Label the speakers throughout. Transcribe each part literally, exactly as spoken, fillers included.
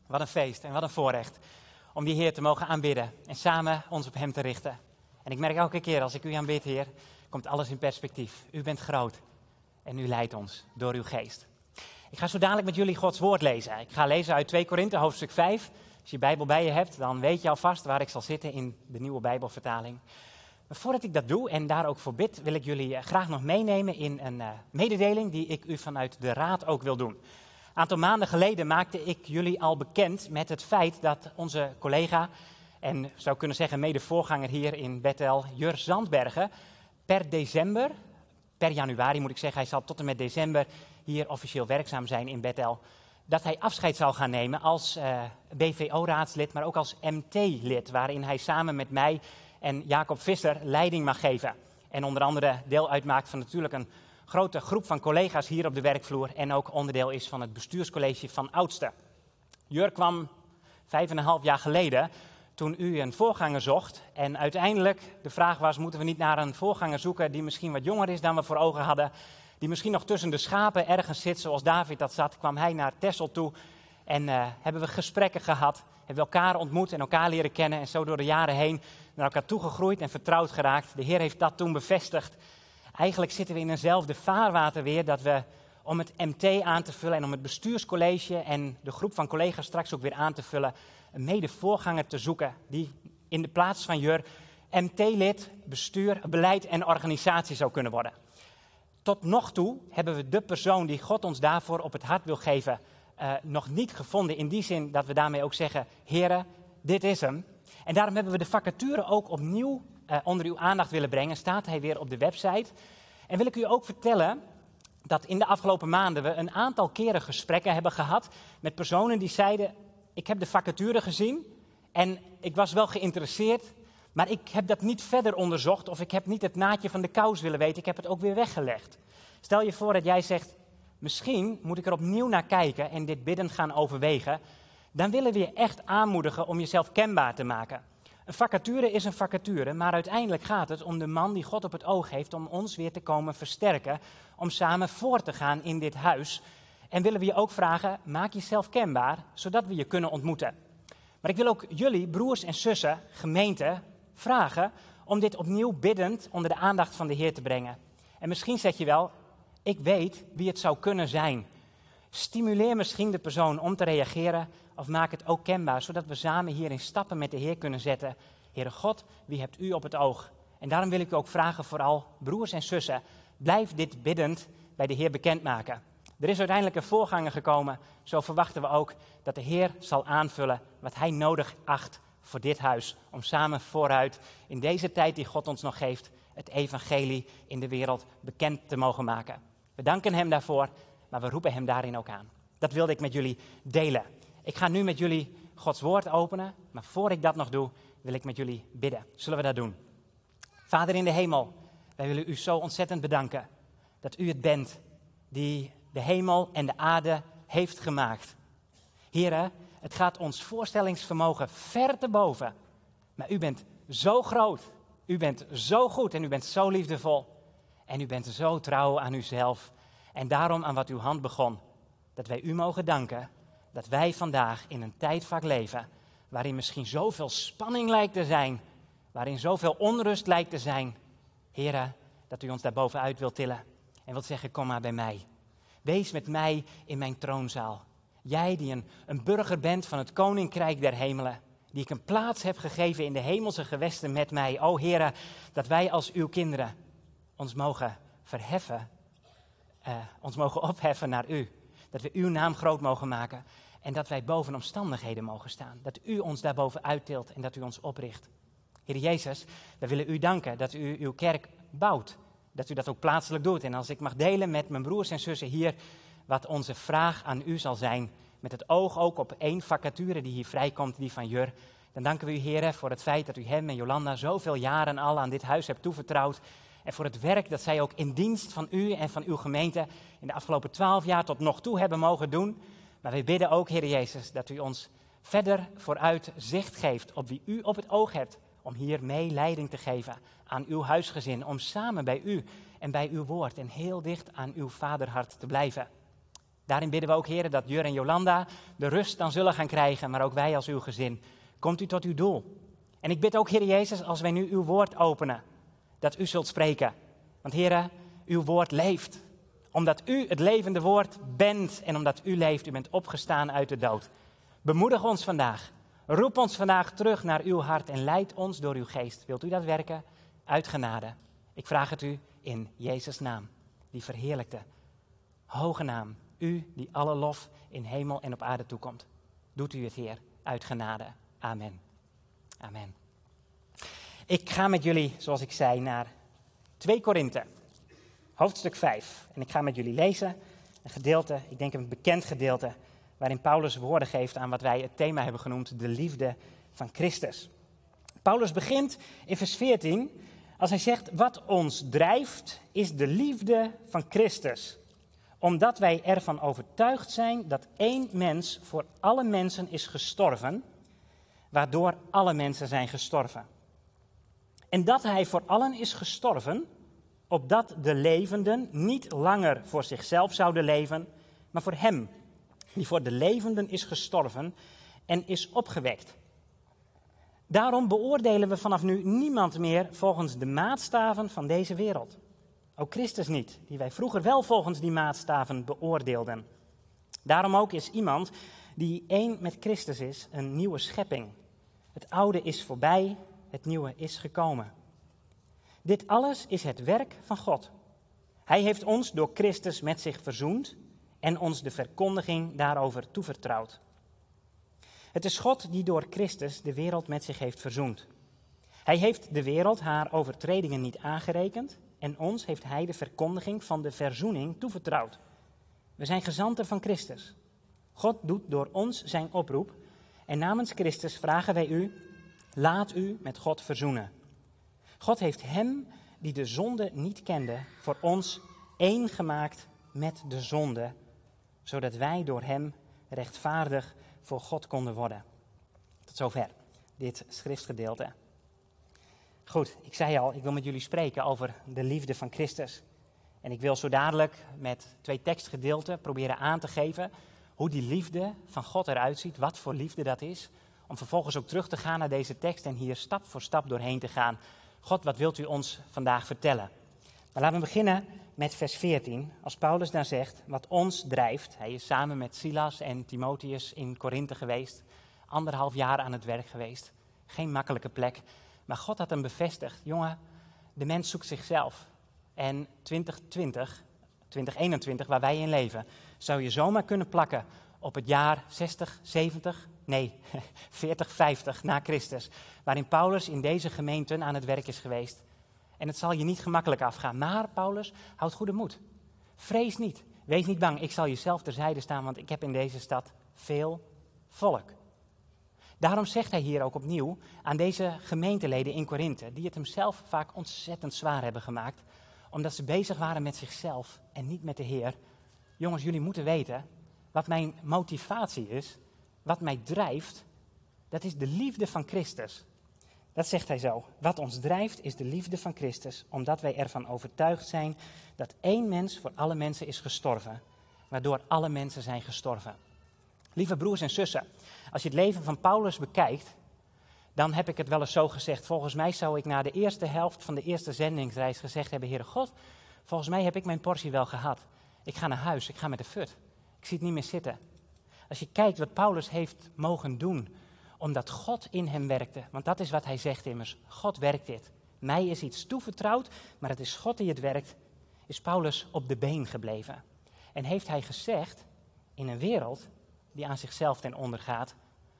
Speaker 1: Wat een feest en wat een voorrecht om die Heer te mogen aanbidden en samen ons op Hem te richten. En ik merk elke keer als ik u aanbid, Heer, komt alles in perspectief. U bent groot en u leidt ons door uw geest. Ik ga zo dadelijk met jullie Gods woord lezen. Ik ga lezen uit twee Korinthe hoofdstuk vijf. Als je Bijbel bij je hebt, dan weet je alvast waar ik zal zitten in de nieuwe Bijbelvertaling. Maar voordat ik dat doe en daar ook voor bid, wil ik jullie graag nog meenemen in een uh, mededeling die ik u vanuit de Raad ook wil doen. Een aantal maanden geleden maakte ik jullie al bekend met het feit dat onze collega en zou kunnen zeggen mede-voorganger hier in Bethel, Jur Zandbergen, per december, per januari moet ik zeggen, hij zal tot en met december hier officieel werkzaam zijn in Bethel, dat hij afscheid zal gaan nemen als uh, B V O-raadslid, maar ook als M T-lid, waarin hij samen met mij en Jacob Visser leiding mag geven. En onder andere deel uitmaakt van natuurlijk een grote groep van collega's hier op de werkvloer en ook onderdeel is van het bestuurscollege van Oudsten. Jur kwam vijf en een half jaar geleden toen u een voorganger zocht en uiteindelijk de vraag was, moeten we niet naar een voorganger zoeken die misschien wat jonger is dan we voor ogen hadden, die misschien nog tussen de schapen ergens zit zoals David dat zat, kwam hij naar Texel toe en uh, hebben we gesprekken gehad, hebben we elkaar ontmoet en elkaar leren kennen en zo door de jaren heen naar elkaar toegegroeid en vertrouwd geraakt. De Heer heeft dat toen bevestigd. Eigenlijk zitten we in eenzelfde vaarwater weer dat we om het M T aan te vullen en om het bestuurscollege en de groep van collega's straks ook weer aan te vullen, een mede-voorganger te zoeken die in de plaats van Jur M T-lid, bestuur, beleid en organisatie zou kunnen worden. Tot nog toe hebben we de persoon die God ons daarvoor op het hart wil geven uh, nog niet gevonden. In die zin dat we daarmee ook zeggen, Heere, dit is hem. En daarom hebben we de vacature ook opnieuw uh, onder uw aandacht willen brengen. Staat hij weer op de website. En wil ik u ook vertellen dat in de afgelopen maanden we een aantal keren gesprekken hebben gehad met personen die zeiden, ik heb de vacature gezien en ik was wel geïnteresseerd, maar ik heb dat niet verder onderzocht of ik heb niet het naadje van de kous willen weten, ik heb het ook weer weggelegd. Stel je voor dat jij zegt, misschien moet ik er opnieuw naar kijken en dit bidden gaan overwegen. Dan willen we je echt aanmoedigen om jezelf kenbaar te maken. Een vacature is een vacature, maar uiteindelijk gaat het om de man die God op het oog heeft om ons weer te komen versterken, om samen voor te gaan in dit huis. En willen we je ook vragen, maak jezelf kenbaar, zodat we je kunnen ontmoeten. Maar ik wil ook jullie, broers en zussen, gemeente, vragen om dit opnieuw biddend onder de aandacht van de Heer te brengen. En misschien zeg je wel, ik weet wie het zou kunnen zijn. Stimuleer misschien de persoon om te reageren of maak het ook kenbaar, zodat we samen hierin stappen met de Heer kunnen zetten. Heere God, wie hebt u op het oog? En daarom wil ik u ook vragen, vooral broers en zussen, blijf dit biddend bij de Heer bekendmaken. Er is uiteindelijk een voorganger gekomen, zo verwachten we ook dat de Heer zal aanvullen wat hij nodig acht voor dit huis. Om samen vooruit in deze tijd die God ons nog geeft, het evangelie in de wereld bekend te mogen maken. We danken hem daarvoor, maar we roepen hem daarin ook aan. Dat wilde ik met jullie delen. Ik ga nu met jullie Gods woord openen, maar voor ik dat nog doe, wil ik met jullie bidden. Zullen we dat doen? Vader in de hemel, wij willen u zo ontzettend bedanken dat u het bent die de hemel en de aarde heeft gemaakt. Here, het gaat ons voorstellingsvermogen ver te boven, maar u bent zo groot, u bent zo goed en u bent zo liefdevol. En u bent zo trouw aan uzelf en daarom aan wat uw hand begon, dat wij u mogen danken dat wij vandaag in een tijdvak leven waarin misschien zoveel spanning lijkt te zijn, waarin zoveel onrust lijkt te zijn. Heere, dat u ons daarbovenuit wilt tillen en wilt zeggen, kom maar bij mij. Wees met mij in mijn troonzaal. Jij die een, een burger bent van het Koninkrijk der Hemelen, die ik een plaats heb gegeven in de hemelse gewesten met mij. O Heere, dat wij als uw kinderen ons mogen verheffen, uh, ons mogen opheffen naar u. Dat we uw naam groot mogen maken en dat wij boven omstandigheden mogen staan. Dat u ons daarboven uittilt en dat u ons opricht. Heer Jezus, wij willen u danken dat u uw kerk bouwt. Dat u dat ook plaatselijk doet. En als ik mag delen met mijn broers en zussen hier wat onze vraag aan u zal zijn, met het oog ook op één vacature die hier vrijkomt, die van Jur, dan danken we u, Heer, voor het feit dat u hem en Jolanda zoveel jaren al aan dit huis hebt toevertrouwd. En voor het werk dat zij ook in dienst van u en van uw gemeente in de afgelopen twaalf jaar tot nog toe hebben mogen doen. Maar wij bidden ook, Heer Jezus, dat u ons verder vooruit zicht geeft op wie u op het oog hebt. Om hier mee leiding te geven aan uw huisgezin. Om samen bij u en bij uw woord en heel dicht aan uw vaderhart te blijven. Daarin bidden we ook, Heer, dat Jur en Jolanda de rust dan zullen gaan krijgen, maar ook wij als uw gezin. Komt u tot uw doel. En ik bid ook, Heer Jezus, als wij nu uw woord openen, dat u zult spreken. Want Heer, uw woord leeft. Omdat u het levende woord bent en omdat u leeft, u bent opgestaan uit de dood. Bemoedig ons vandaag. Roep ons vandaag terug naar uw hart en leid ons door uw geest. Wilt u dat werken? Uit genade. Ik vraag het u in Jezus' naam, die verheerlijkte, hoge naam. U die alle lof in hemel en op aarde toekomt. Doet u het, Heer, uit genade. Amen. Amen. Ik ga met jullie, zoals ik zei, naar twee Korinthe, hoofdstuk vijf. En ik ga met jullie lezen een gedeelte, ik denk een bekend gedeelte, waarin Paulus woorden geeft aan wat wij het thema hebben genoemd, de liefde van Christus. Paulus begint in vers veertien als hij zegt, wat ons drijft is de liefde van Christus. Omdat wij ervan overtuigd zijn dat één mens voor alle mensen is gestorven, waardoor alle mensen zijn gestorven. En dat hij voor allen is gestorven, opdat de levenden niet langer voor zichzelf zouden leven, maar voor hem, die voor de levenden is gestorven en is opgewekt. Daarom beoordelen we vanaf nu niemand meer volgens de maatstaven van deze wereld. Ook Christus niet, die wij vroeger wel volgens die maatstaven beoordeelden. Daarom ook is iemand die één met Christus is, een nieuwe schepping. Het oude is voorbij, het nieuwe is gekomen. Dit alles is het werk van God. Hij heeft ons door Christus met zich verzoend en ons de verkondiging daarover toevertrouwd. Het is God die door Christus de wereld met zich heeft verzoend. Hij heeft de wereld haar overtredingen niet aangerekend en ons heeft hij de verkondiging van de verzoening toevertrouwd. We zijn gezanten van Christus. God doet door ons zijn oproep en namens Christus vragen wij u, laat u met God verzoenen. God heeft hem die de zonde niet kende voor ons één gemaakt met de zonde, zodat wij door hem rechtvaardig voor God konden worden. Tot zover dit schriftgedeelte. Goed, ik zei al, ik wil met jullie spreken over de liefde van Christus. En ik wil zo dadelijk met twee tekstgedeelten proberen aan te geven hoe die liefde van God eruit ziet, wat voor liefde dat is. Om vervolgens ook terug te gaan naar deze tekst en hier stap voor stap doorheen te gaan. God, wat wilt u ons vandaag vertellen? Maar laten we beginnen met vers veertien. Als Paulus daar zegt, wat ons drijft. Hij is samen met Silas en Timotheus in Korinthe geweest. Anderhalf jaar aan het werk geweest. Geen makkelijke plek. Maar God had hem bevestigd. Jongen, de mens zoekt zichzelf. En twintig twintig, twintig eenentwintig, waar wij in leven, zou je zomaar kunnen plakken op het jaar zestig, zeventig, nee, veertig, vijftig na Christus. Waarin Paulus in deze gemeenten aan het werk is geweest. En het zal je niet gemakkelijk afgaan. Maar Paulus, houd goede moed. Vrees niet. Wees niet bang. Ik zal jezelf terzijde staan, want ik heb in deze stad veel volk. Daarom zegt hij hier ook opnieuw aan deze gemeenteleden in Korinthe, die het hem zelf vaak ontzettend zwaar hebben gemaakt, omdat ze bezig waren met zichzelf en niet met de Heer. Jongens, jullie moeten weten, wat mijn motivatie is, wat mij drijft, dat is de liefde van Christus. Dat zegt hij zo. Wat ons drijft is de liefde van Christus, omdat wij ervan overtuigd zijn dat één mens voor alle mensen is gestorven, waardoor alle mensen zijn gestorven. Lieve broers en zussen, als je het leven van Paulus bekijkt, dan heb ik het wel eens zo gezegd. Volgens mij zou ik na de eerste helft van de eerste zendingsreis gezegd hebben, Heere God, volgens mij heb ik mijn portie wel gehad. Ik ga naar huis, ik ga met de fut. Ik zie het niet meer zitten. Als je kijkt wat Paulus heeft mogen doen, omdat God in hem werkte. Want dat is wat hij zegt immers. God werkt dit. Mij is iets toevertrouwd, maar het is God die het werkt. Is Paulus op de been gebleven. En heeft hij gezegd, in een wereld die aan zichzelf ten onder gaat,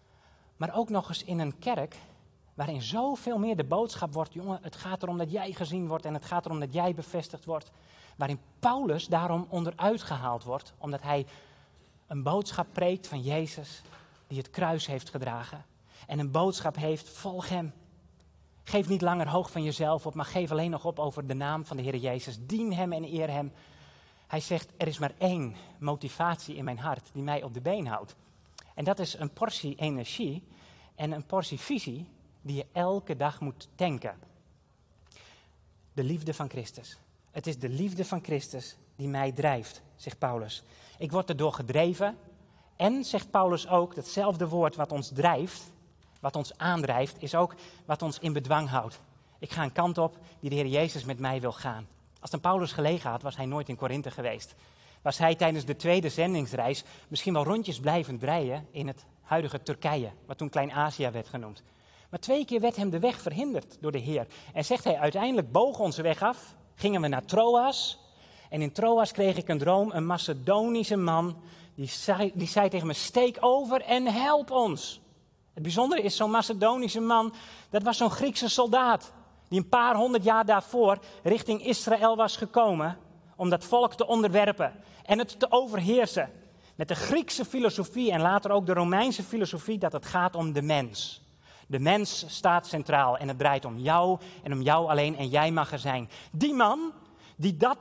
Speaker 1: maar ook nog eens in een kerk waarin zoveel meer de boodschap wordt, jongen, het gaat erom dat jij gezien wordt en het gaat erom dat jij bevestigd wordt. Waarin Paulus daarom onderuit gehaald wordt, omdat hij een boodschap preekt van Jezus die het kruis heeft gedragen. En een boodschap heeft, volg hem. Geef niet langer hoog van jezelf op, maar geef alleen nog op over de naam van de Heer Jezus. Dien hem en eer hem. Hij zegt, er is maar één motivatie in mijn hart die mij op de been houdt. En dat is een portie energie en een portie visie die je elke dag moet tanken. De liefde van Christus. Het is de liefde van Christus die mij drijft, zegt Paulus. Ik word erdoor gedreven. En, zegt Paulus ook, datzelfde woord wat ons drijft, wat ons aandrijft, is ook wat ons in bedwang houdt. Ik ga een kant op die de Heer Jezus met mij wil gaan. Als dan Paulus gelegen had, was hij nooit in Korinthe geweest. Was hij tijdens de tweede zendingsreis misschien wel rondjes blijven breien in het huidige Turkije, wat toen Klein-Azië werd genoemd. Maar twee keer werd hem de weg verhinderd door de Heer. En zegt hij, uiteindelijk bogen onze weg af, gingen we naar Troas. En in Troas kreeg ik een droom, een Macedonische man, die zei, die zei tegen me, steek over en help ons. Het bijzondere is, zo'n Macedonische man, dat was zo'n Griekse soldaat, die een paar honderd jaar daarvoor richting Israël was gekomen om dat volk te onderwerpen en het te overheersen. Met de Griekse filosofie en later ook de Romeinse filosofie dat het gaat om de mens. De mens staat centraal en het draait om jou en om jou alleen en jij mag er zijn. Die man die dat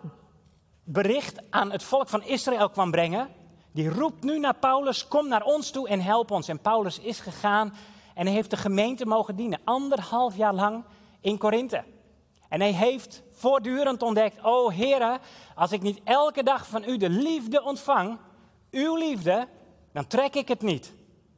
Speaker 1: bericht aan het volk van Israël kwam brengen, die roept nu naar Paulus, kom naar ons toe en help ons. En Paulus is gegaan en hij heeft de gemeente mogen dienen, anderhalf jaar lang in Korinthe. En hij heeft voortdurend ontdekt, o Heere, als ik niet elke dag van u de liefde ontvang, uw liefde, dan trek ik het niet.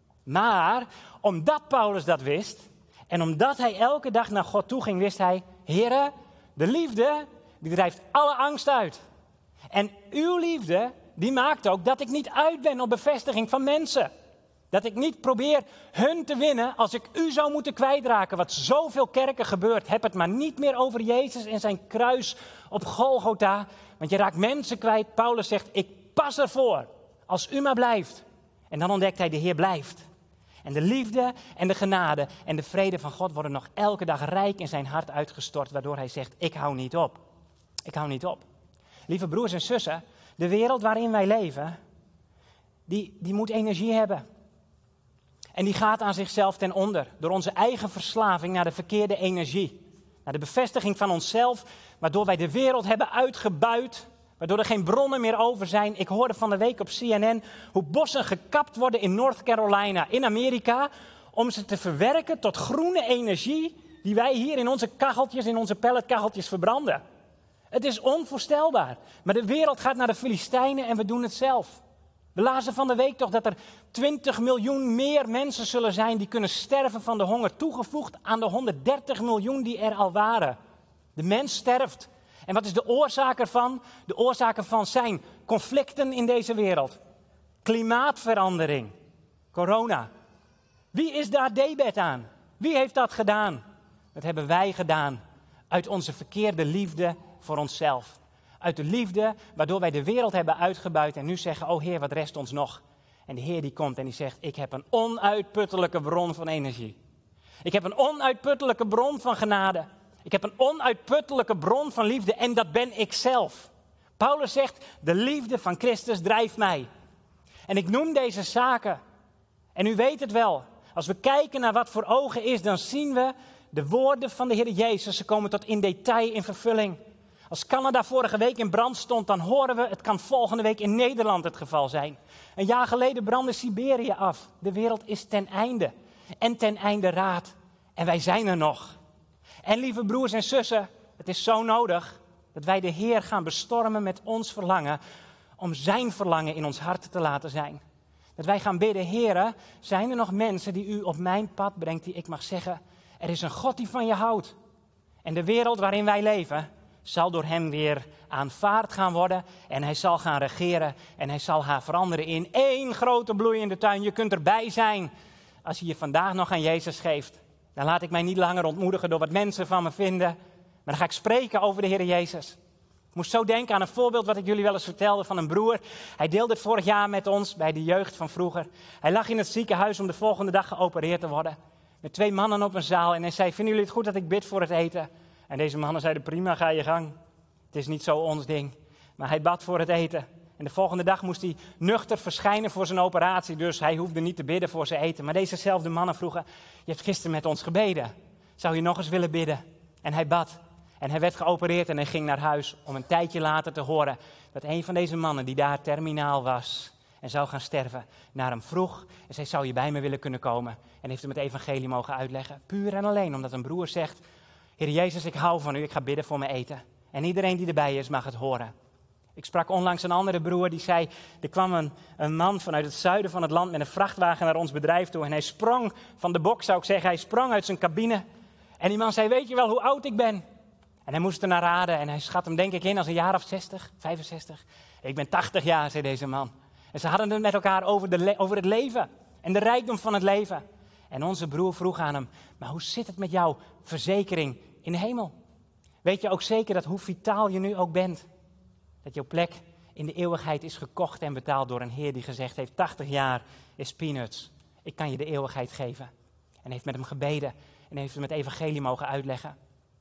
Speaker 1: Maar omdat Paulus dat wist en omdat hij elke dag naar God toe ging, wist hij, Heere, de liefde, die drijft alle angst uit. En uw liefde, die maakt ook dat ik niet uit ben op bevestiging van mensen. Dat ik niet probeer hun te winnen als ik u zou moeten kwijtraken. Wat zoveel kerken gebeurt. Heb het maar niet meer over Jezus en zijn kruis op Golgotha. Want je raakt mensen kwijt. Paulus zegt, ik pas ervoor als u maar blijft. En dan ontdekt hij, de Heer blijft. En de liefde en de genade en de vrede van God worden nog elke dag rijk in zijn hart uitgestort. Waardoor hij zegt, ik hou niet op. Ik hou niet op. Lieve broers en zussen, de wereld waarin wij leven, die, die moet energie hebben. En die gaat aan zichzelf ten onder. Door onze eigen verslaving naar de verkeerde energie. Naar de bevestiging van onszelf. Waardoor wij de wereld hebben uitgebuit. Waardoor er geen bronnen meer over zijn. Ik hoorde van de week op C N N hoe bossen gekapt worden in North Carolina, in Amerika. Om ze te verwerken tot groene energie die wij hier in onze kacheltjes, in onze pelletkacheltjes verbranden. Het is onvoorstelbaar. Maar de wereld gaat naar de Filistijnen en we doen het zelf. We lazen van de week toch dat er twintig miljoen meer mensen zullen zijn die kunnen sterven van de honger. Toegevoegd aan de honderddertig miljoen die er al waren. De mens sterft. En wat is de oorzaak ervan? De oorzaak ervan zijn conflicten in deze wereld. Klimaatverandering. Corona. Wie is daar debet aan? Wie heeft dat gedaan? Dat hebben wij gedaan. Uit onze verkeerde liefde voor onszelf. Uit de liefde waardoor wij de wereld hebben uitgebuit en nu zeggen, oh Heer, wat rest ons nog? En de Heer die komt en die zegt, ik heb een onuitputtelijke bron van energie. Ik heb een onuitputtelijke bron van genade. Ik heb een onuitputtelijke bron van liefde en dat ben ik zelf. Paulus zegt, de liefde van Christus drijft mij. En ik noem deze zaken. En u weet het wel. Als we kijken naar wat voor ogen is, dan zien we de woorden van de Heer Jezus. Ze komen tot in detail in vervulling. Als Canada vorige week in brand stond, dan horen we, het kan volgende week in Nederland het geval zijn. Een jaar geleden brandde Siberië af. De wereld is ten einde. En ten einde raad. En wij zijn er nog. En lieve broers en zussen, het is zo nodig dat wij de Heer gaan bestormen met ons verlangen. Om zijn verlangen in ons hart te laten zijn. Dat wij gaan bidden, Heere, zijn er nog mensen die u op mijn pad brengt, die ik mag zeggen, er is een God die van je houdt. En de wereld waarin wij leven zal door hem weer aanvaard gaan worden. En hij zal gaan regeren en hij zal haar veranderen in één grote bloeiende tuin. Je kunt erbij zijn als je je vandaag nog aan Jezus geeft. Dan laat ik mij niet langer ontmoedigen door wat mensen van me vinden. Maar dan ga ik spreken over de Heer Jezus. Ik moest zo denken aan een voorbeeld wat ik jullie wel eens vertelde van een broer. Hij deelde het vorig jaar met ons bij de jeugd van vroeger. Hij lag in het ziekenhuis om de volgende dag geopereerd te worden. Met twee mannen op een zaal en hij zei, vinden jullie het goed dat ik bid voor het eten? En deze mannen zeiden, prima, ga je gang. Het is niet zo ons ding. Maar hij bad voor het eten. En de volgende dag moest hij nuchter verschijnen voor zijn operatie. Dus hij hoefde niet te bidden voor zijn eten. Maar dezezelfde mannen vroegen, je hebt gisteren met ons gebeden. Zou je nog eens willen bidden? En hij bad. En hij werd geopereerd en hij ging naar huis om een tijdje later te horen dat een van deze mannen die daar terminaal was en zou gaan sterven, naar hem vroeg en zei, zou je bij me willen kunnen komen? En heeft hem het evangelie mogen uitleggen. Puur en alleen omdat een broer zegt, Heer Jezus, ik hou van u, ik ga bidden voor mijn eten. En iedereen die erbij is mag het horen. Ik sprak onlangs een andere broer die zei, er kwam een, een man vanuit het zuiden van het land met een vrachtwagen naar ons bedrijf toe. En hij sprong van de bok, zou ik zeggen, hij sprong uit zijn cabine. En die man zei, weet je wel hoe oud ik ben? En hij moest er naar raden en hij schat hem denk ik in als een jaar of zestig, vijfenzestig. Ik ben tachtig jaar, zei deze man. En ze hadden het met elkaar over, de le- over het leven en de rijkdom van het leven. En onze broer vroeg aan hem, maar hoe zit het met jouw verzekering in de hemel? Weet je ook zeker dat hoe vitaal je nu ook bent, dat jouw plek in de eeuwigheid is gekocht en betaald door een Heer die gezegd heeft, tachtig jaar is peanuts. Ik kan je de eeuwigheid geven. En heeft met hem gebeden en heeft hem het evangelie mogen uitleggen.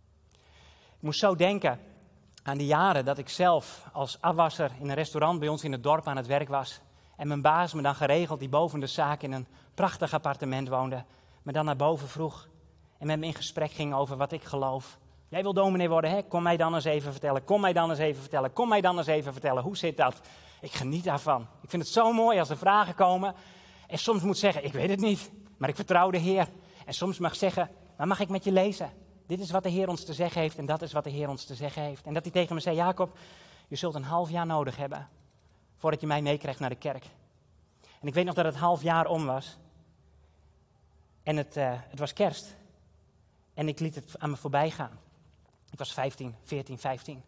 Speaker 1: Ik moest zo denken aan die jaren dat ik zelf als afwasser in een restaurant bij ons in het dorp aan het werk was. En mijn baas me dan geregeld, die boven de zaak in een prachtig appartement woonde, me dan naar boven vroeg. En met me in gesprek ging over wat ik geloof. Jij wil dominee worden, hè? Kom mij dan eens even vertellen. Kom mij dan eens even vertellen. Kom mij dan eens even vertellen. Hoe zit dat? Ik geniet daarvan. Ik vind het zo mooi als er vragen komen. En soms moet zeggen, ik weet het niet. Maar ik vertrouw de Heer. En soms mag zeggen, maar mag ik met je lezen? Dit is wat de Heer ons te zeggen heeft en dat is wat de Heer ons te zeggen heeft. En dat hij tegen me zei, Jacob, je zult een half jaar nodig hebben voordat je mij meekrijgt naar de kerk. En ik weet nog dat het half jaar om was. En het, uh, het was kerst. En ik liet het aan me voorbij gaan. Ik was vijftien, veertien, vijftien.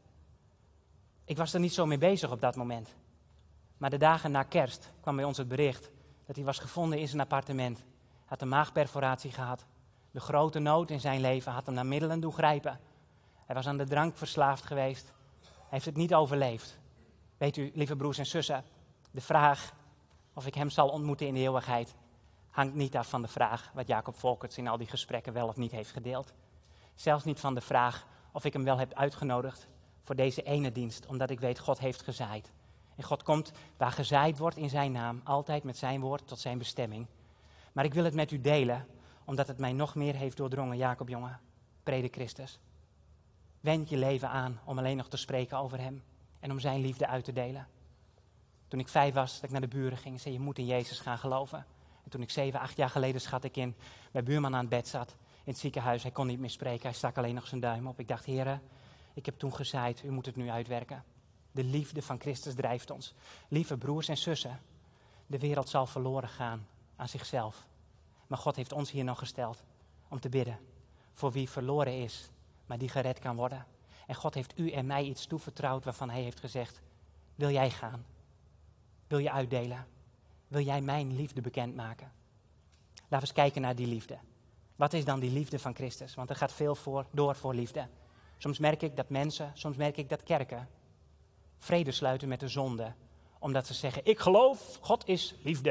Speaker 1: Ik was er niet zo mee bezig op dat moment. Maar de dagen na kerst kwam bij ons het bericht dat hij was gevonden in zijn appartement. Hij had een maagperforatie gehad. De grote nood in zijn leven had hem naar middelen doen grijpen. Hij was aan de drank verslaafd geweest. Hij heeft het niet overleefd. Weet u, lieve broers en zussen, de vraag of ik hem zal ontmoeten in de eeuwigheid hangt niet af van de vraag wat Jacob Volkerts in al die gesprekken wel of niet heeft gedeeld. Zelfs niet van de vraag of ik hem wel heb uitgenodigd voor deze ene dienst, omdat ik weet God heeft gezaaid. En God komt waar gezaaid wordt in zijn naam, altijd met zijn woord tot zijn bestemming. Maar ik wil het met u delen, omdat het mij nog meer heeft doordrongen. Jacob, jongen, predik Christus. Wend je leven aan om alleen nog te spreken over hem en om zijn liefde uit te delen. Toen ik vijf was, dat ik naar de buren ging en zei, je moet in Jezus gaan geloven. En toen ik zeven, acht jaar geleden, schat ik in, bij buurman aan het bed zat, in het ziekenhuis, hij kon niet meer spreken, hij stak alleen nog zijn duim op. Ik dacht, Heere, ik heb toen gezaaid, u moet het nu uitwerken. De liefde van Christus drijft ons. Lieve broers en zussen, de wereld zal verloren gaan aan zichzelf. Maar God heeft ons hier nog gesteld om te bidden voor wie verloren is, maar die gered kan worden. En God heeft u en mij iets toevertrouwd waarvan hij heeft gezegd, wil jij gaan? Wil je uitdelen? Wil jij mijn liefde bekendmaken? Laten we eens kijken naar die liefde. Wat is dan die liefde van Christus? Want er gaat veel voor, door voor liefde. Soms merk ik dat mensen, soms merk ik dat kerken vrede sluiten met de zonde. Omdat ze zeggen, ik geloof, God is liefde.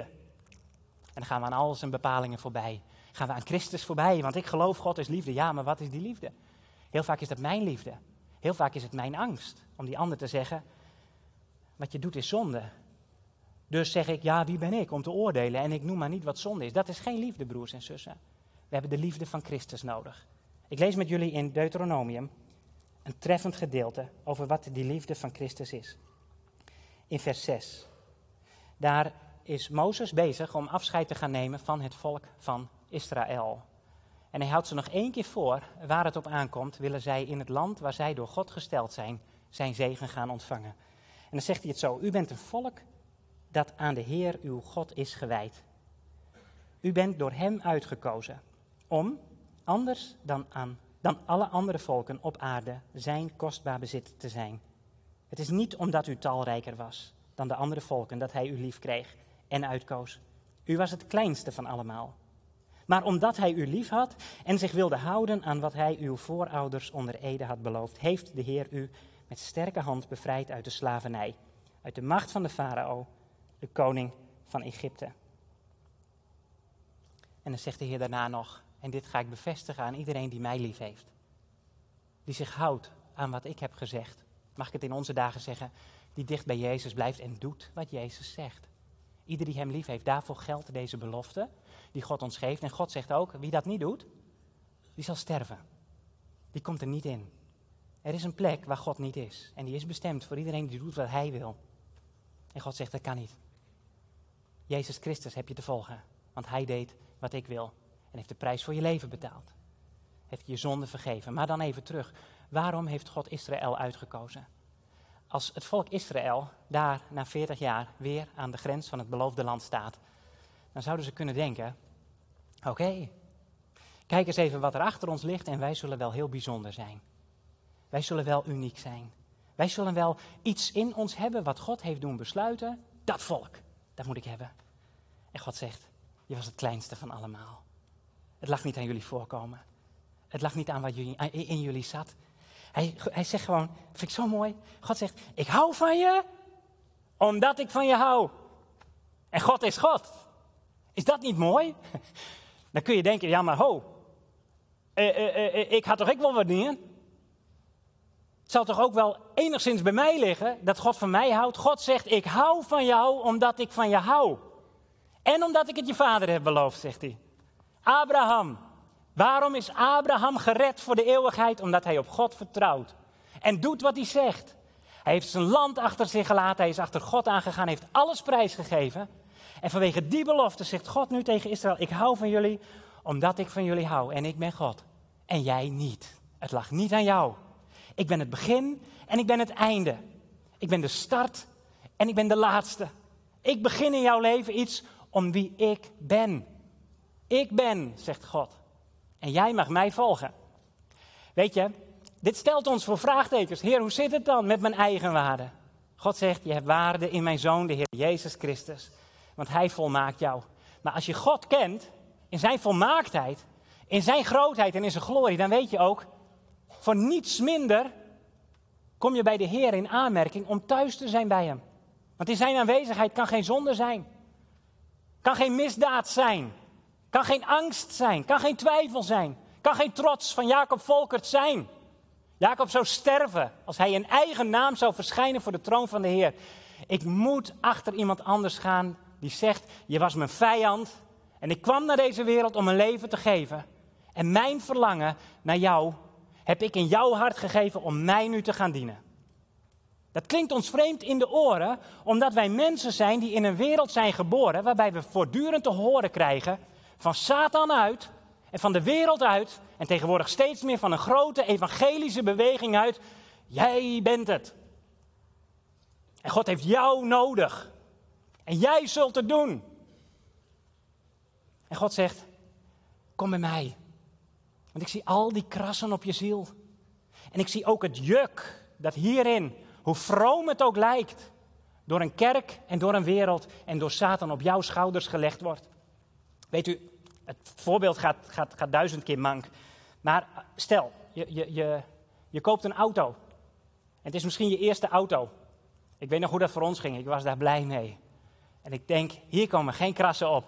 Speaker 1: En dan gaan we aan al zijn bepalingen voorbij. Gaan we aan Christus voorbij, want ik geloof, God is liefde. Ja, maar wat is die liefde? Heel vaak is dat mijn liefde. Heel vaak is het mijn angst om die ander te zeggen, wat je doet is zonde. Dus zeg ik, ja, wie ben ik om te oordelen? En ik noem maar niet wat zonde is. Dat is geen liefde, broers en zussen. We hebben de liefde van Christus nodig. Ik lees met jullie in Deuteronomium een treffend gedeelte over wat die liefde van Christus is. In vers zes. Daar is Mozes bezig om afscheid te gaan nemen van het volk van Israël. En hij houdt ze nog één keer voor, waar het op aankomt, willen zij in het land waar zij door God gesteld zijn, zijn zegen gaan ontvangen. En dan zegt hij het zo, u bent een volk dat aan de Heer uw God is gewijd. U bent door hem uitgekozen om, anders dan, aan, dan alle andere volken op aarde, zijn kostbaar bezit te zijn. Het is niet omdat u talrijker was dan de andere volken dat hij u lief kreeg en uitkoos. U was het kleinste van allemaal. Maar omdat hij u lief had en zich wilde houden aan wat hij uw voorouders onder ede had beloofd, heeft de Heer u met sterke hand bevrijd uit de slavernij, uit de macht van de farao, de koning van Egypte. En dan zegt de Heer daarna nog, en dit ga ik bevestigen aan iedereen die mij lief heeft, die zich houdt aan wat ik heb gezegd, mag ik het in onze dagen zeggen, die dicht bij Jezus blijft en doet wat Jezus zegt. Ieder die hem lief heeft, daarvoor geldt deze belofte die God ons geeft. En God zegt ook, wie dat niet doet, die zal sterven. Die komt er niet in. Er is een plek waar God niet is. En die is bestemd voor iedereen die doet wat hij wil. En God zegt, dat kan niet. Jezus Christus heb je te volgen. Want hij deed wat ik wil. En heeft de prijs voor je leven betaald. Heeft je zonde vergeven. Maar dan even terug. Waarom heeft God Israël uitgekozen? als het volk Israël daar na veertig jaar weer aan de grens van het beloofde land staat, dan zouden ze kunnen denken, oké, okay, kijk eens even wat er achter ons ligt en wij zullen wel heel bijzonder zijn. Wij zullen wel uniek zijn. Wij zullen wel iets in ons hebben wat God heeft doen besluiten. Dat volk, dat moet ik hebben. En God zegt, je was het kleinste van allemaal. Het lag niet aan jullie voorkomen. Het lag niet aan wat jullie, in jullie zat. Hij, hij zegt gewoon, vind ik zo mooi. God zegt, ik hou van je, omdat ik van je hou. En God is God. Is dat niet mooi? Dan kun je denken, ja maar ho. Eh, eh, eh, ik had toch ook wel wat dingen? Het zal toch ook wel enigszins bij mij liggen dat God van mij houdt. God zegt, ik hou van jou omdat ik van je hou. En omdat ik het je vader heb beloofd, zegt hij. Abraham. Waarom is Abraham gered voor de eeuwigheid? Omdat hij op God vertrouwt. En doet wat hij zegt. Hij heeft zijn land achter zich gelaten. Hij is achter God aangegaan. Hij heeft alles prijsgegeven. En vanwege die belofte zegt God nu tegen Israël. Ik hou van jullie omdat ik van jullie hou. En ik ben God. En jij niet. Het lag niet aan jou. Ik ben het begin en ik ben het einde. Ik ben de start en ik ben de laatste. Ik begin in jouw leven iets om wie ik ben. Ik ben, zegt God. En jij mag mij volgen. Weet je, dit stelt ons voor vraagtekens. Heer, hoe zit het dan met mijn eigen waarde? God zegt, je hebt waarde in mijn Zoon, de Heer Jezus Christus. Want Hij volmaakt jou. Maar als je God kent, in zijn volmaaktheid, in zijn grootheid en in zijn glorie, dan weet je ook, voor niets minder kom je bij de Heer in aanmerking om thuis te zijn bij hem. Want in zijn aanwezigheid kan geen zonde zijn. Kan geen misdaad zijn. Kan geen angst zijn. Kan geen twijfel zijn. Kan geen trots van Jacob Volkert zijn. Jacob zou sterven als hij in eigen naam zou verschijnen voor de troon van de Heer. Ik moet achter iemand anders gaan die zegt, je was mijn vijand en ik kwam naar deze wereld om mijn leven te geven. En mijn verlangen naar jou heb ik in jouw hart gegeven om mij nu te gaan dienen. Dat klinkt ons vreemd in de oren, omdat wij mensen zijn die in een wereld zijn geboren, waarbij we voortdurend te horen krijgen van Satan uit en van de wereld uit, en tegenwoordig steeds meer van een grote evangelische beweging uit, jij bent het. En God heeft jou nodig. En jij zult het doen. En God zegt, kom bij mij. Want ik zie al die krassen op je ziel. En ik zie ook het juk dat hierin, hoe vroom het ook lijkt, door een kerk en door een wereld en door Satan op jouw schouders gelegd wordt. Weet u, het voorbeeld gaat, gaat, gaat duizend keer mank. Maar stel, je, je, je, je koopt een auto. En het is misschien je eerste auto. Ik weet nog hoe dat voor ons ging. Ik was daar blij mee. En ik denk, hier komen geen krassen op.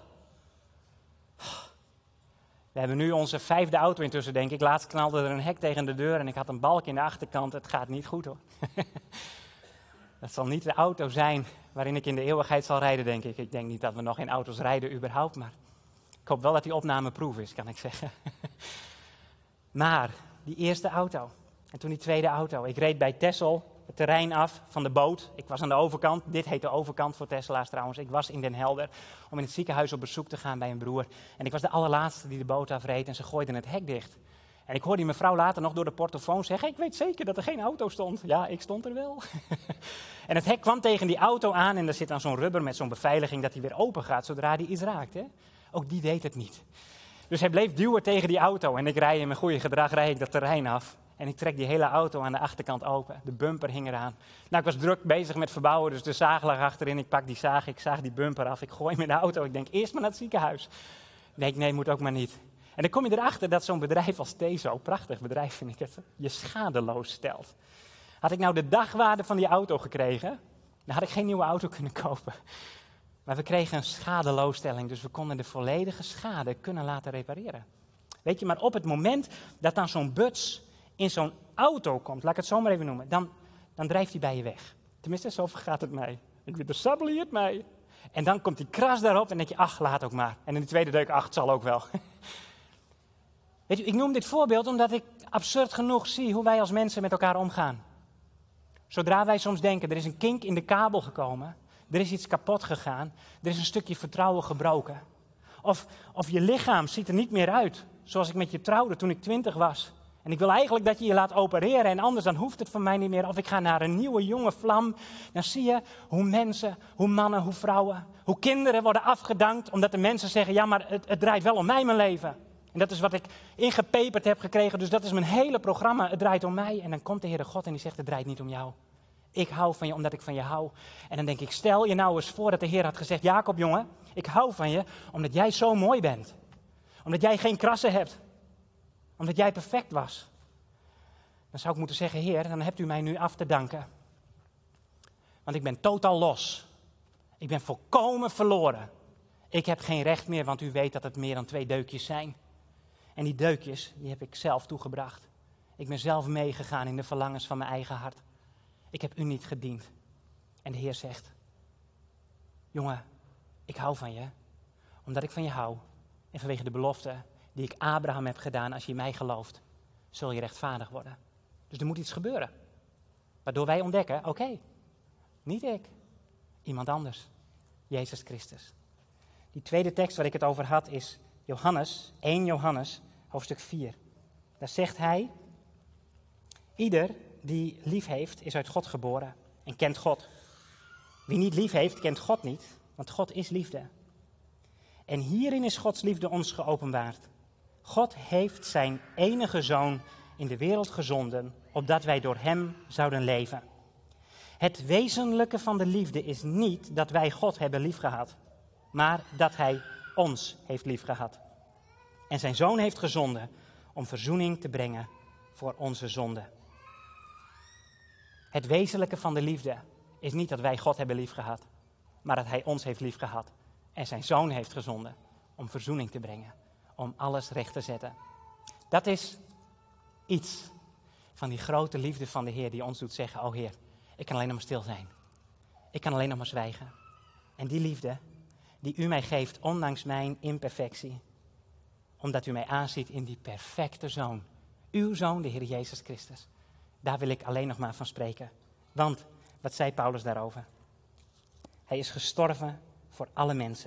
Speaker 1: We hebben nu onze vijfde auto intussen, denk ik. Laatst knalde er een hek tegen de deur en ik had een balk in de achterkant. Het gaat niet goed, hoor. Dat zal niet de auto zijn waarin ik in de eeuwigheid zal rijden, denk ik. Ik denk niet dat we nog in auto's rijden überhaupt, maar ik hoop wel dat die opnameproef is, kan ik zeggen. Maar die eerste auto en toen die tweede auto. Ik reed bij Texel het terrein af van de boot. Ik was aan de overkant. Dit heet de overkant voor Tesla's trouwens. Ik was in Den Helder om in het ziekenhuis op bezoek te gaan bij een broer. En ik was de allerlaatste die de boot afreed en ze gooiden het hek dicht. En ik hoorde die mevrouw later nog door de portofoon zeggen, ik weet zeker dat er geen auto stond. Ja, ik stond er wel. En het hek kwam tegen die auto aan en er zit dan zo'n rubber met zo'n beveiliging dat hij weer open gaat zodra hij iets raakt. Hè? Ook die deed het niet. Dus hij bleef duwen tegen die auto en ik rij in mijn goede gedrag rijd ik dat terrein af. En ik trek die hele auto aan de achterkant open. De bumper hing eraan. Nou, ik was druk bezig met verbouwen, dus de zaag lag achterin. Ik pak die zaag, ik zaag die bumper af. Ik gooi met de auto. Ik denk, eerst maar naar het ziekenhuis. Ik denk, nee, moet ook maar niet. En dan kom je erachter dat zo'n bedrijf als Tezo, prachtig bedrijf vind ik het, je schadeloos stelt. Had ik nou de dagwaarde van die auto gekregen, dan had ik geen nieuwe auto kunnen kopen. Maar we kregen een schadeloosstelling, dus we konden de volledige schade kunnen laten repareren. Weet je, maar op het moment dat dan zo'n buts in zo'n auto komt, laat ik het zo maar even noemen, dan, dan drijft hij bij je weg. Tenminste, zo vergaat het mij. Ik weet, de sabbel het mij. En dan komt die kras daarop en denk je, ach, laat ook maar. En in de tweede deuk, ach, het zal ook wel. Weet je, ik noem dit voorbeeld omdat ik absurd genoeg zie hoe wij als mensen met elkaar omgaan. Zodra wij soms denken, er is een kink in de kabel gekomen, er is iets kapot gegaan, er is een stukje vertrouwen gebroken. Of, of je lichaam ziet er niet meer uit, zoals ik met je trouwde toen ik twintig was. En ik wil eigenlijk dat je je laat opereren en anders dan hoeft het voor mij niet meer. Of ik ga naar een nieuwe jonge vlam. Dan zie je hoe mensen, hoe mannen, hoe vrouwen, hoe kinderen worden afgedankt. Omdat de mensen zeggen, ja maar het, het draait wel om mij mijn leven. En dat is wat ik ingepeperd heb gekregen. Dus dat is mijn hele programma. Het draait om mij. En dan komt de Heere God en die zegt, het draait niet om jou. Ik hou van je omdat ik van je hou. En dan denk ik, stel je nou eens voor dat de Heer had gezegd, Jacob jongen, ik hou van je omdat jij zo mooi bent. Omdat jij geen krassen hebt. Omdat jij perfect was. Dan zou ik moeten zeggen, Heer, dan hebt u mij nu af te danken. Want ik ben totaal los. Ik ben volkomen verloren. Ik heb geen recht meer, want u weet dat het meer dan twee deukjes zijn. En die deukjes, die heb ik zelf toegebracht. Ik ben zelf meegegaan in de verlangens van mijn eigen hart. Ik heb u niet gediend. En de Heer zegt, jongen, ik hou van je. Omdat ik van je hou. En vanwege de belofte die ik Abraham heb gedaan, als je in mij gelooft, zul je rechtvaardig worden. Dus er moet iets gebeuren. Waardoor wij ontdekken, oké, okay, niet ik, iemand anders. Jezus Christus. Die tweede tekst waar ik het over had is Johannes, eerste Johannes, hoofdstuk vier. Daar zegt hij, ieder die lief heeft, is uit God geboren en kent God. Wie niet lief heeft, kent God niet, want God is liefde. En hierin is Gods liefde ons geopenbaard. God heeft zijn enige zoon in de wereld gezonden, opdat wij door hem zouden leven. Het wezenlijke van de liefde is niet dat wij God hebben liefgehad, maar dat hij ons heeft liefgehad. En zijn zoon heeft gezonden om verzoening te brengen voor onze zonden. Het wezenlijke van de liefde is niet dat wij God hebben liefgehad, maar dat hij ons heeft liefgehad en zijn zoon heeft gezonden om verzoening te brengen, om alles recht te zetten. Dat is iets van die grote liefde van de Heer die ons doet zeggen, oh Heer, ik kan alleen nog maar stil zijn. Ik kan alleen nog maar zwijgen. En die liefde die u mij geeft, ondanks mijn imperfectie, omdat u mij aanziet in die perfecte zoon, uw zoon, de Heer Jezus Christus. Daar wil ik alleen nog maar van spreken. Want, wat zei Paulus daarover? Hij is gestorven voor alle mensen.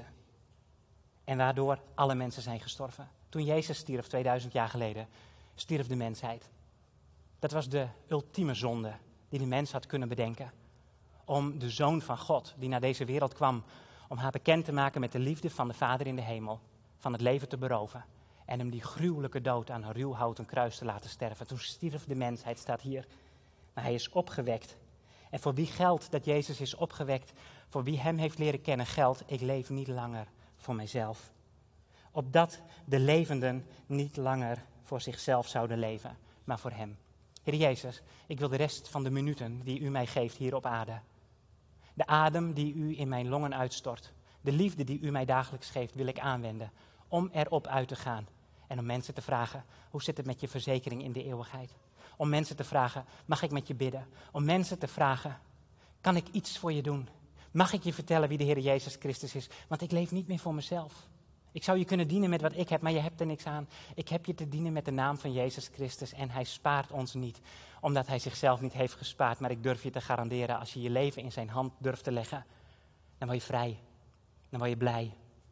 Speaker 1: En waardoor alle mensen zijn gestorven. Toen Jezus stierf, tweeduizend jaar geleden, stierf de mensheid. Dat was de ultieme zonde die de mens had kunnen bedenken. Om de Zoon van God, die naar deze wereld kwam, om haar bekend te maken met de liefde van de Vader in de hemel, van het leven te beroven. En hem die gruwelijke dood aan een ruw houten kruis te laten sterven. Toen stierf de mensheid, staat hier. Maar hij is opgewekt. En voor wie geldt dat Jezus is opgewekt? Voor wie hem heeft leren kennen geldt, ik leef niet langer voor mijzelf. Opdat de levenden niet langer voor zichzelf zouden leven, maar voor hem. Heer Jezus, ik wil de rest van de minuten die u mij geeft hier op aarde. De adem die u in mijn longen uitstort. De liefde die u mij dagelijks geeft, wil ik aanwenden. Om erop uit te gaan. En om mensen te vragen, hoe zit het met je verzekering in de eeuwigheid? Om mensen te vragen, mag ik met je bidden? Om mensen te vragen, kan ik iets voor je doen? Mag ik je vertellen wie de Heer Jezus Christus is? Want ik leef niet meer voor mezelf. Ik zou je kunnen dienen met wat ik heb, maar je hebt er niks aan. Ik heb je te dienen met de naam van Jezus Christus en hij spaart ons niet. Omdat hij zichzelf niet heeft gespaard, maar ik durf je te garanderen, als je je leven in zijn hand durft te leggen, dan word je vrij. Dan word je blij.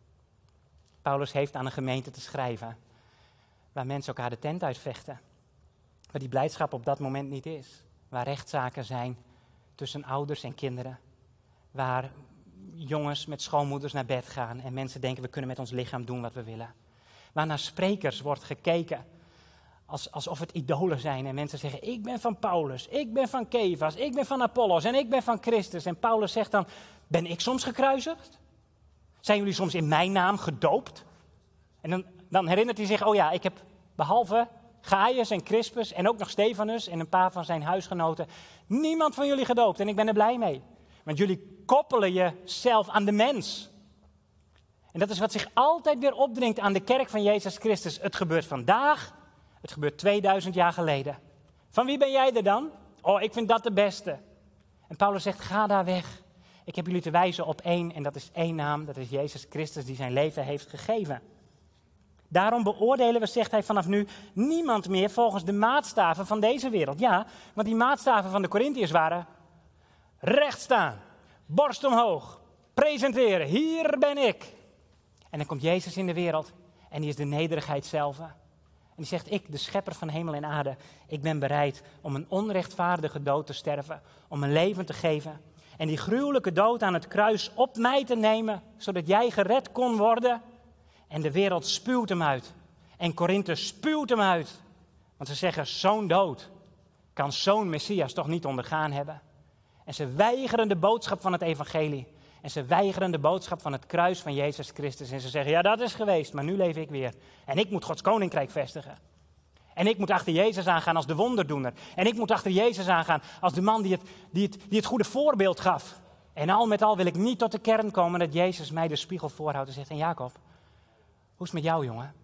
Speaker 1: Paulus heeft aan een gemeente te schrijven waar mensen elkaar de tent uitvechten. Waar die blijdschap op dat moment niet is. Waar rechtszaken zijn tussen ouders en kinderen. Waar jongens met schoonmoeders naar bed gaan en mensen denken we kunnen met ons lichaam doen wat we willen. Waar naar sprekers wordt gekeken als, alsof het idolen zijn en mensen zeggen ik ben van Paulus, ik ben van Kefas, ik ben van Apollos en ik ben van Christus. En Paulus zegt dan, ben ik soms gekruisigd? Zijn jullie soms in mijn naam gedoopt? En dan, dan herinnert hij zich, oh ja, ik heb behalve Gaius en Crispus en ook nog Stefanus en een paar van zijn huisgenoten niemand van jullie gedoopt en ik ben er blij mee. Want jullie koppelen jezelf aan de mens. En dat is wat zich altijd weer opdringt aan de kerk van Jezus Christus. Het gebeurt vandaag, het gebeurt tweeduizend jaar geleden. Van wie ben jij er dan? Oh, ik vind dat de beste. En Paulus zegt, ga daar weg. Ik heb jullie te wijzen op één en dat is één naam. Dat is Jezus Christus die zijn leven heeft gegeven. Daarom beoordelen we, zegt hij vanaf nu, niemand meer volgens de maatstaven van deze wereld. Ja, want die maatstaven van de Korintiërs waren recht staan, borst omhoog, presenteren, hier ben ik. En dan komt Jezus in de wereld en die is de nederigheid zelf. En die zegt, ik, de schepper van hemel en aarde, ik ben bereid om een onrechtvaardige dood te sterven, om een leven te geven. En die gruwelijke dood aan het kruis op mij te nemen, zodat jij gered kon worden. En de wereld spuwt hem uit. En Korinthe spuwt hem uit. Want ze zeggen, zo'n dood kan zo'n Messias toch niet ondergaan hebben. En ze weigeren de boodschap van het evangelie. En ze weigeren de boodschap van het kruis van Jezus Christus. En ze zeggen, ja, dat is geweest, maar nu leef ik weer. En ik moet Gods koninkrijk vestigen. En ik moet achter Jezus aangaan als de wonderdoener. En ik moet achter Jezus aangaan als de man die het, die het, die het goede voorbeeld gaf. En al met al wil ik niet tot de kern komen dat Jezus mij de spiegel voorhoudt en zegt, en Jacob, hoe is het met jou, jongen?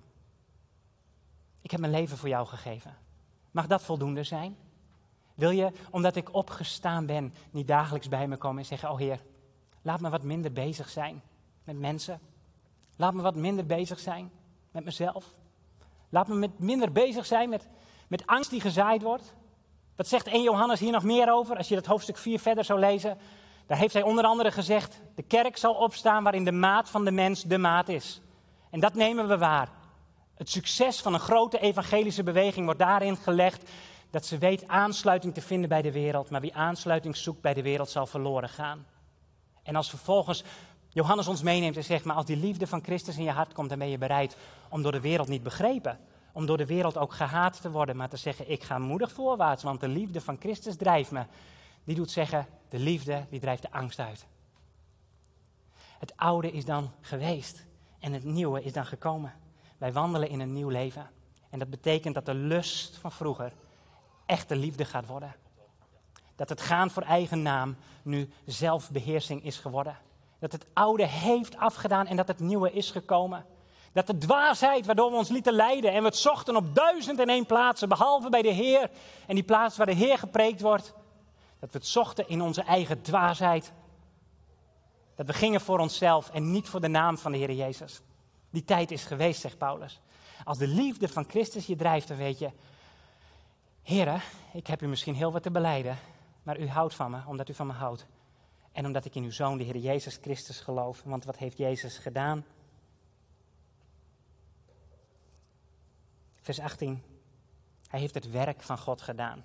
Speaker 1: Ik heb mijn leven voor jou gegeven. Mag dat voldoende zijn? Wil je, omdat ik opgestaan ben, niet dagelijks bij me komen en zeggen, oh Heer, laat me wat minder bezig zijn met mensen. Laat me wat minder bezig zijn met mezelf. Laat me met minder bezig zijn met, met angst die gezaaid wordt. Wat zegt Eerste Johannes hier nog meer over? Als je dat hoofdstuk vier verder zou lezen, daar heeft hij onder andere gezegd, de kerk zal opstaan waarin de maat van de mens de maat is. En dat nemen we waar. Het succes van een grote evangelische beweging wordt daarin gelegd dat ze weet aansluiting te vinden bij de wereld. Maar wie aansluiting zoekt bij de wereld zal verloren gaan. En als vervolgens Johannes ons meeneemt en zegt, maar als die liefde van Christus in je hart komt, dan ben je bereid om door de wereld niet begrepen. Om door de wereld ook gehaat te worden, maar te zeggen, ik ga moedig voorwaarts, want de liefde van Christus drijft me. Die doet zeggen, de liefde die drijft de angst uit. Het oude is dan geweest en het nieuwe is dan gekomen. Wij wandelen in een nieuw leven. En dat betekent dat de lust van vroeger echte liefde gaat worden. Dat het gaan voor eigen naam nu zelfbeheersing is geworden. Dat het oude heeft afgedaan en dat het nieuwe is gekomen. Dat de dwaasheid waardoor we ons lieten leiden en we het zochten op duizend en één plaatsen, behalve bij de Heer en die plaats waar de Heer gepreekt wordt, dat we het zochten in onze eigen dwaasheid. Dat we gingen voor onszelf en niet voor de naam van de Heer Jezus. Die tijd is geweest, zegt Paulus. Als de liefde van Christus je drijft, dan weet je, Heere, ik heb u misschien heel wat te belijden, maar u houdt van me, omdat u van me houdt. En omdat ik in uw Zoon, de Heer Jezus Christus, geloof. Want wat heeft Jezus gedaan? Vers achttien. Hij heeft het werk van God gedaan.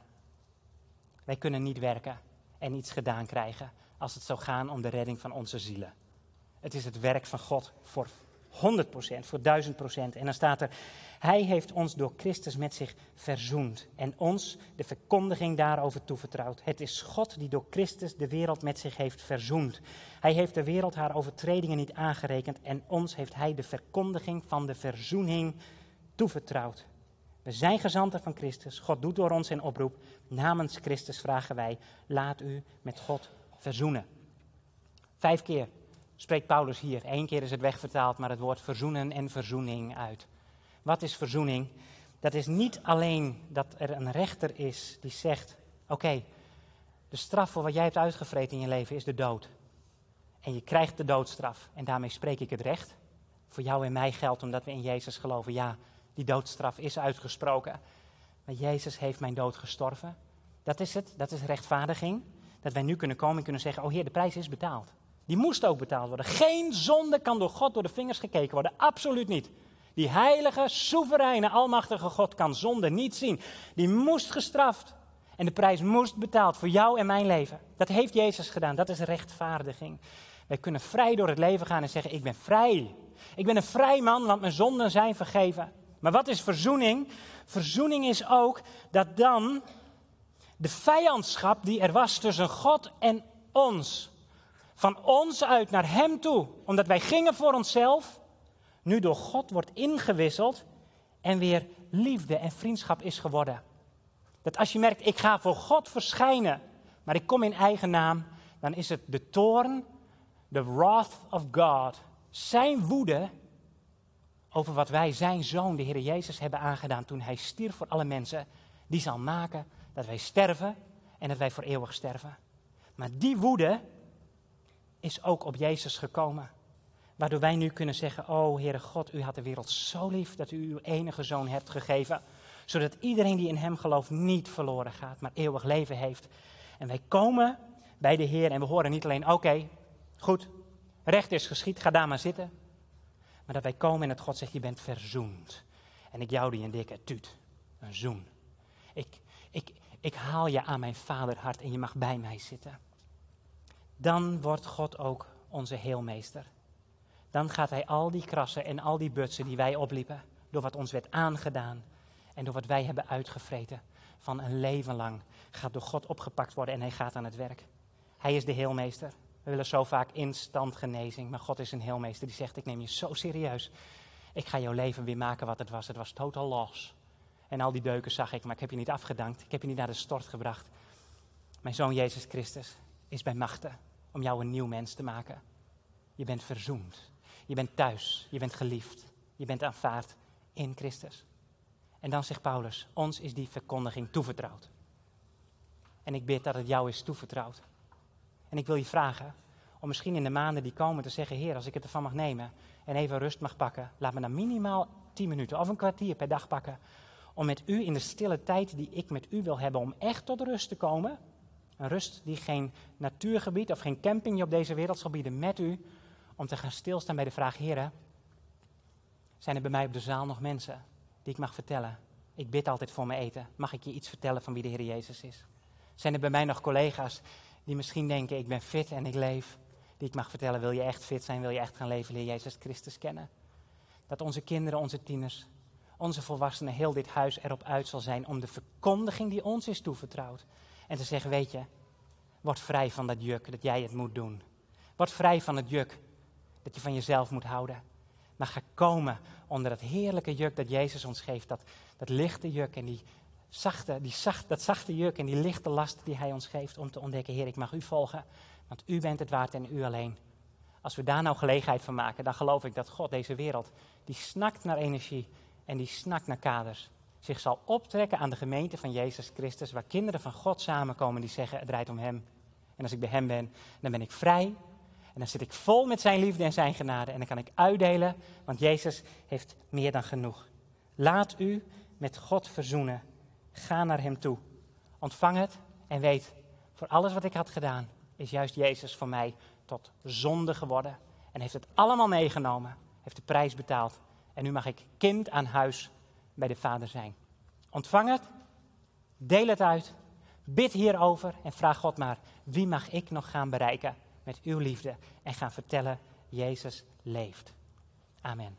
Speaker 1: Wij kunnen niet werken en iets gedaan krijgen als het zou gaan om de redding van onze zielen. Het is het werk van God voor honderd procent, voor duizend procent. En dan staat er, hij heeft ons door Christus met zich verzoend en ons de verkondiging daarover toevertrouwd. Het is God die door Christus de wereld met zich heeft verzoend. Hij heeft de wereld haar overtredingen niet aangerekend en ons heeft hij de verkondiging van de verzoening toevertrouwd. We zijn gezanten van Christus. God doet door ons een oproep. Namens Christus vragen wij, laat u met God verzoenen. Vijf keer spreekt Paulus hier. Eén keer is het wegvertaald, maar het woord verzoenen en verzoening uit. Wat is verzoening? Dat is niet alleen dat er een rechter is die zegt, oké, okay, de straf voor wat jij hebt uitgevreten in je leven is de dood. En je krijgt de doodstraf en daarmee spreek ik het recht. Voor jou en mij geldt omdat we in Jezus geloven, ja, die doodstraf is uitgesproken. Maar Jezus heeft mijn dood gestorven. Dat is het, dat is rechtvaardiging. Dat wij nu kunnen komen en kunnen zeggen, oh Heer, de prijs is betaald. Die moest ook betaald worden. Geen zonde kan door God door de vingers gekeken worden. Absoluut niet. Die heilige, soevereine, almachtige God kan zonde niet zien. Die moest gestraft. En de prijs moest betaald voor jou en mijn leven. Dat heeft Jezus gedaan. Dat is rechtvaardiging. Wij kunnen vrij door het leven gaan en zeggen, ik ben vrij. Ik ben een vrij man, want mijn zonden zijn vergeven. Maar wat is verzoening? Verzoening is ook dat dan de vijandschap die er was tussen God en ons, van ons uit naar hem toe, omdat wij gingen voor onszelf, nu door God wordt ingewisseld en weer liefde en vriendschap is geworden. Dat als je merkt, ik ga voor God verschijnen, maar ik kom in eigen naam, dan is het de toorn, de wrath of God, zijn woede over wat wij zijn Zoon, de Heer Jezus, hebben aangedaan toen hij stierf voor alle mensen, die zal maken dat wij sterven en dat wij voor eeuwig sterven. Maar die woede is ook op Jezus gekomen. Waardoor wij nu kunnen zeggen, o Heere God, u had de wereld zo lief dat u uw enige Zoon hebt gegeven. Zodat iedereen die in hem gelooft niet verloren gaat, maar eeuwig leven heeft. En wij komen bij de Heer en we horen niet alleen, oké, okay, goed, recht is geschied, ga daar maar zitten. Maar dat wij komen en dat God zegt, je bent verzoend. En ik jou die een dikke tuut, een zoen. Ik, ik, ik haal je aan mijn vaderhart en je mag bij mij zitten. Dan wordt God ook onze heelmeester. Dan gaat hij al die krassen en al die butsen die wij opliepen, door wat ons werd aangedaan en door wat wij hebben uitgevreten van een leven lang, gaat door God opgepakt worden en hij gaat aan het werk. Hij is de heelmeester. We willen zo vaak instant genezing, maar God is een heelmeester die zegt, ik neem je zo serieus. Ik ga jouw leven weer maken wat het was. Het was total loss. En al die deuken zag ik, maar ik heb je niet afgedankt. Ik heb je niet naar de stort gebracht. Mijn zoon Jezus Christus is bij machten om jou een nieuw mens te maken. Je bent verzoend. Je bent thuis. Je bent geliefd. Je bent aanvaard in Christus. En dan zegt Paulus, ons is die verkondiging toevertrouwd. En ik bid dat het jou is toevertrouwd. En ik wil je vragen om misschien in de maanden die komen te zeggen, Heer, als ik het ervan mag nemen en even rust mag pakken, laat me dan minimaal tien minuten of een kwartier per dag pakken, om met u in de stille tijd die ik met u wil hebben, om echt tot rust te komen. Een rust die geen natuurgebied of geen camping je op deze wereld zal bieden, met u, om te gaan stilstaan bij de vraag, Heer, zijn er bij mij op de zaal nog mensen die ik mag vertellen? Ik bid altijd voor mijn eten. Mag ik je iets vertellen van wie de Heer Jezus is? Zijn er bij mij nog collega's die misschien denken, ik ben fit en ik leef, die ik mag vertellen, wil je echt fit zijn, wil je echt gaan leven, leer Jezus Christus kennen? Dat onze kinderen, onze tieners, onze volwassenen, heel dit huis erop uit zal zijn om de verkondiging die ons is toevertrouwd. En te zeggen, weet je, word vrij van dat juk dat jij het moet doen. Word vrij van het juk dat je van jezelf moet houden. Maar ga komen onder dat heerlijke juk dat Jezus ons geeft, dat, dat lichte juk en die zachte, die zacht, dat zachte juk en die lichte last die hij ons geeft om te ontdekken, Heer, ik mag u volgen, want u bent het waard en u alleen. Als we daar nou gelegenheid van maken, dan geloof ik dat God deze wereld, die snakt naar energie en die snakt naar kaders, zich zal optrekken aan de gemeente van Jezus Christus, waar kinderen van God samenkomen die zeggen, het draait om hem. En als ik bij hem ben, dan ben ik vrij en dan zit ik vol met zijn liefde en zijn genade en dan kan ik uitdelen, want Jezus heeft meer dan genoeg. Laat u met God verzoenen. Ga naar hem toe. Ontvang het en weet, voor alles wat ik had gedaan, is juist Jezus voor mij tot zonde geworden. En heeft het allemaal meegenomen, heeft de prijs betaald. En nu mag ik kind aan huis bij de Vader zijn. Ontvang het, deel het uit, bid hierover en vraag God maar, wie mag ik nog gaan bereiken met uw liefde en gaan vertellen, Jezus leeft. Amen.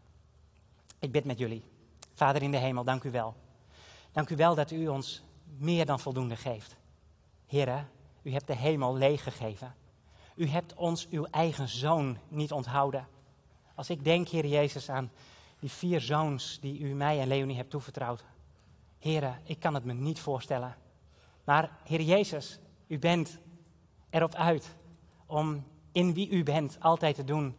Speaker 1: Ik bid met jullie. Vader in de hemel, dank u wel. Dank u wel dat u ons meer dan voldoende geeft. Heere, u hebt de hemel leeggegeven. U hebt ons uw eigen zoon niet onthouden. Als ik denk, Heer Jezus, aan die vier zoons die u mij en Leonie hebt toevertrouwd. Heere, ik kan het me niet voorstellen. Maar Heer Jezus, u bent erop uit om in wie u bent altijd te doen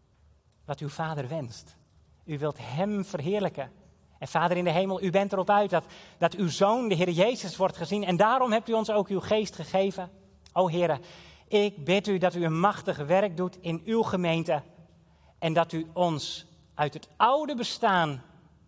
Speaker 1: wat uw Vader wenst. U wilt hem verheerlijken. En Vader in de hemel, u bent erop uit dat, dat uw Zoon, de Heer Jezus, wordt gezien. En daarom hebt u ons ook uw geest gegeven. O Heere, ik bid u dat u een machtig werk doet in uw gemeente. En dat u ons uit het oude bestaan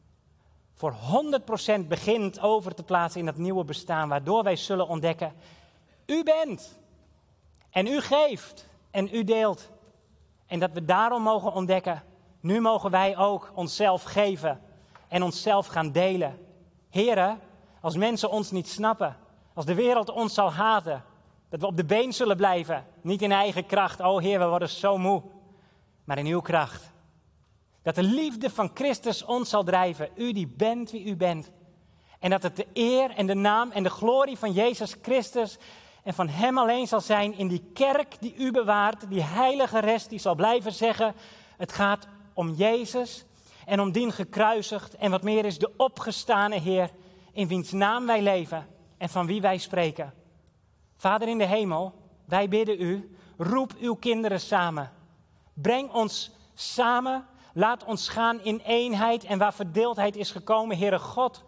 Speaker 1: voor honderd procent begint over te plaatsen in dat nieuwe bestaan. Waardoor wij zullen ontdekken, u bent. En u geeft. En u deelt. En dat we daarom mogen ontdekken, nu mogen wij ook onszelf geven. En onszelf gaan delen. Heren, als mensen ons niet snappen, als de wereld ons zal haten, dat we op de been zullen blijven, niet in eigen kracht. O Heer, we worden zo moe, maar in uw kracht. Dat de liefde van Christus ons zal drijven, u die bent wie u bent. En dat het de eer en de naam en de glorie van Jezus Christus en van hem alleen zal zijn in die kerk die u bewaart, die heilige rest die zal blijven zeggen, het gaat om Jezus en om dien gekruisigd en wat meer is de opgestane Heer, in wiens naam wij leven en van wie wij spreken. Vader in de hemel, wij bidden u, roep uw kinderen samen. Breng ons samen, laat ons gaan in eenheid en waar verdeeldheid is gekomen, Heere God.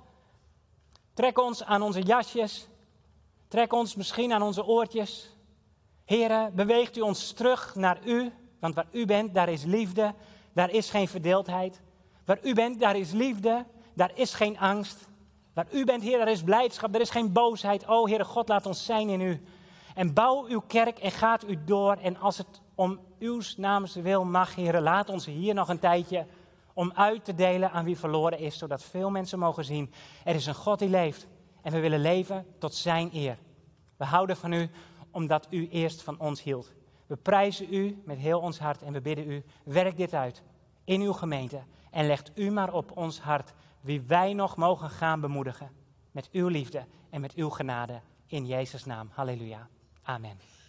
Speaker 1: Trek ons aan onze jasjes, trek ons misschien aan onze oortjes. Heere, beweegt u ons terug naar u, want waar u bent, daar is liefde, daar is geen verdeeldheid. Waar u bent, daar is liefde, daar is geen angst. Waar u bent, Heer, daar is blijdschap, er is geen boosheid. O, Heere God, laat ons zijn in u. En bouw uw kerk en gaat u door. En als het om uw namens wil mag, Heere, laat ons hier nog een tijdje om uit te delen aan wie verloren is, zodat veel mensen mogen zien, er is een God die leeft en we willen leven tot zijn eer. We houden van u omdat u eerst van ons hield. We prijzen u met heel ons hart en we bidden u, werk dit uit in uw gemeente en legt u maar op ons hart wie wij nog mogen gaan bemoedigen met uw liefde en met uw genade in Jezus' naam. Halleluja. Amen.